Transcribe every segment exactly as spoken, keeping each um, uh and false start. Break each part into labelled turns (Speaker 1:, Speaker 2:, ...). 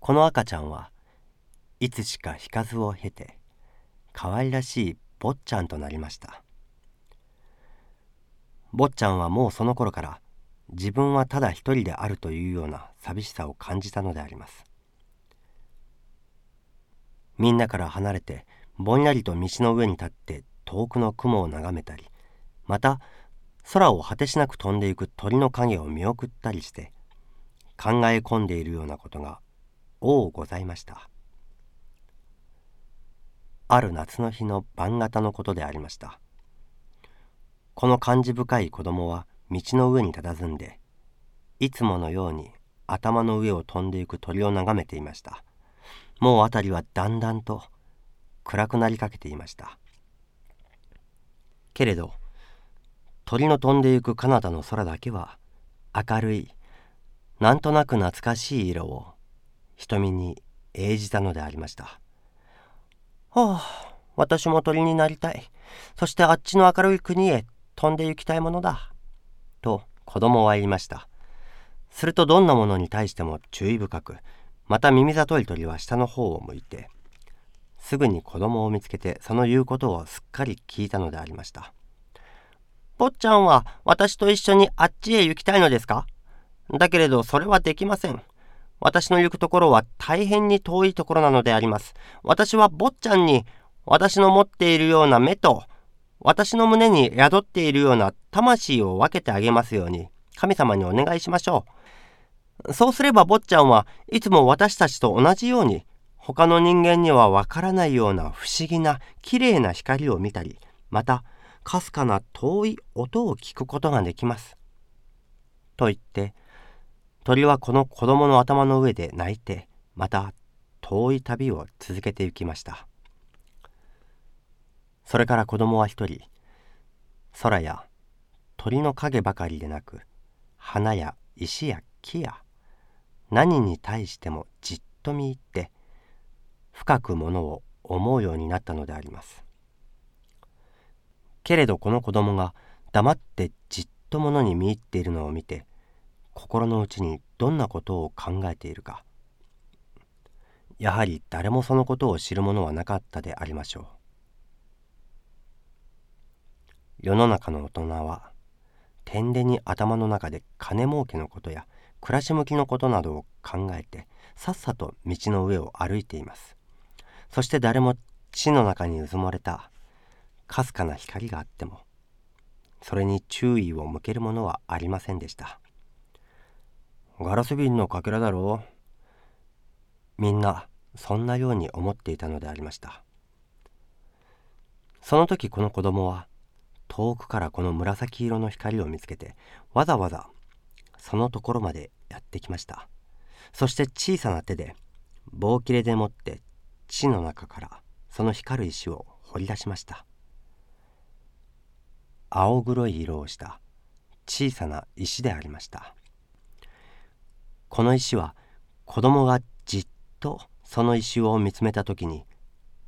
Speaker 1: この赤ちゃんはいつしか日数を経て可愛らしい坊ちゃんとなりました。坊ちゃんはもうその頃から自分はただ一人であるというような寂しさを感じたのであります。みんなから離れてぼんやりと道の上に立って遠くの雲を眺めたり、また空を果てしなく飛んでいく鳥の影を見送ったりして考え込んでいるようなことが多ございました。ある夏の日の晩方のことでありました。この感じ深い子供は道の上に佇んで、いつものように頭の上を飛んでいく鳥を眺めていました。もう辺りはだんだんと暗くなりかけていました。けれど鳥の飛んでいく彼方の空だけは明るい、なんとなく懐かしい色を瞳に映じたのでありました。はあ、私も鳥になりたい。そしてあっちの明るい国へ飛んで行きたいものだ。と子供は言いました。するとどんなものに対しても注意深く、また耳ざとい鳥は下の方を向いて、すぐに子供を見つけてその言うことをすっかり聞いたのでありました。坊ちゃんは私と一緒にあっちへ行きたいのですか？だけれどそれはできません。私の行くところは大変に遠いところなのであります。私は坊ちゃんに私の持っているような目と私の胸に宿っているような魂を分けてあげますように神様にお願いしましょう。そうすれば坊ちゃんはいつも私たちと同じように他の人間にはわからないような不思議なきれいな光を見たり、またかすかな遠い音を聞くことができます。と言って鳥はこの子供の頭の上で泣いて、また遠い旅を続けて行きました。それから子供は一人、空や鳥の影ばかりでなく、花や石や木や何に対してもじっと見入って、深くものを思うようになったのであります。けれどこの子供が黙ってじっとものに見入っているのを見て、心の内にどんなことを考えているか、やはり誰もそのことを知る者はなかったでありましょう。世の中の大人はてんでに頭の中で金儲けのことや暮らし向きのことなどを考えてさっさと道の上を歩いています。そして誰も地の中にうずもれたかすかな光があってもそれに注意を向けるものはありませんでした。ガラス瓶のかけらだろう。みんなそんなように思っていたのでありました。その時この子供は遠くからこの紫色の光を見つけて、わざわざそのところまでやってきました。そして小さな手で棒切れで持って地の中からその光る石を掘り出しました。青黒い色をした小さな石でありました。この石は子供がじっとその石を見つめたときに、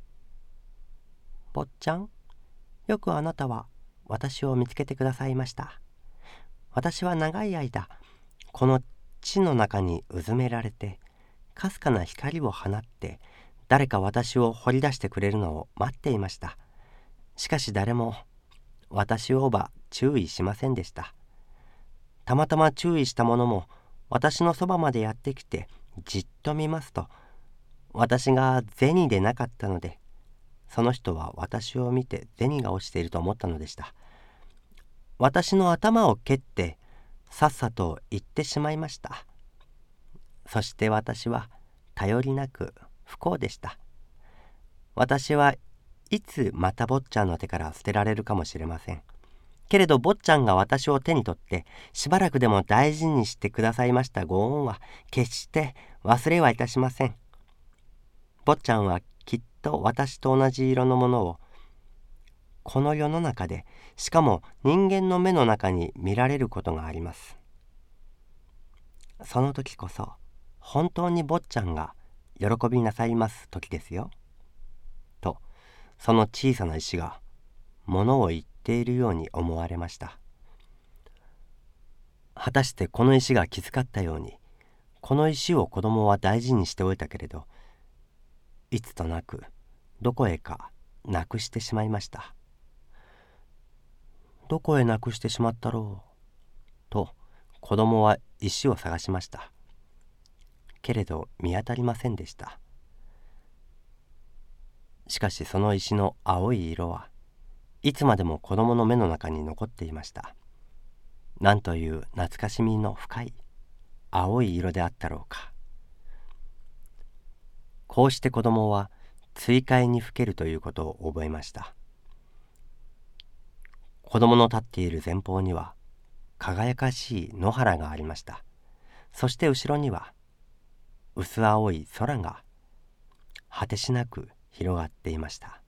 Speaker 1: 坊ちゃん、よくあなたは私を見つけてくださいました。私は長い間この地の中にうずめられてかすかな光を放って誰か私を掘り出してくれるのを待っていました。しかし誰も私をば注意しませんでした。たまたま注意した者も私のそばまでやってきてじっと見ますと、私が銭でなかったので、その人は私を見て銭が落ちていると思ったのでした。私の頭を蹴ってさっさと行ってしまいました。そして私は頼りなく不幸でした。私はいつまた坊ちゃんの手から捨てられるかもしれません。けれど坊ちゃんが私を手に取ってしばらくでも大事にしてくださいましたご恩は決して忘れはいたしません。坊ちゃんはきっと私と同じ色のものをこの世の中で、しかも人間の目の中に見られることがあります。その時こそ本当に坊ちゃんが喜びなさいます時ですよ。とその小さな石がものを言っているように思われました。果たしてこの石が気遣ったようにこの石を子供は大事にしておいたけれど、いつとなくどこへかなくしてしまいました。どこへなくしてしまったろうと子供は石を探しました。けれど見当たりませんでした。しかしその石の青い色はいつまでも子供の目の中に残っていました。なんという懐かしみの深い青い色であったろうか。こうして子供は追悔にふけるということを覚えました。子供の立っている前方には輝かしい野原がありました。そして後ろには薄青い空が果てしなく広がっていました。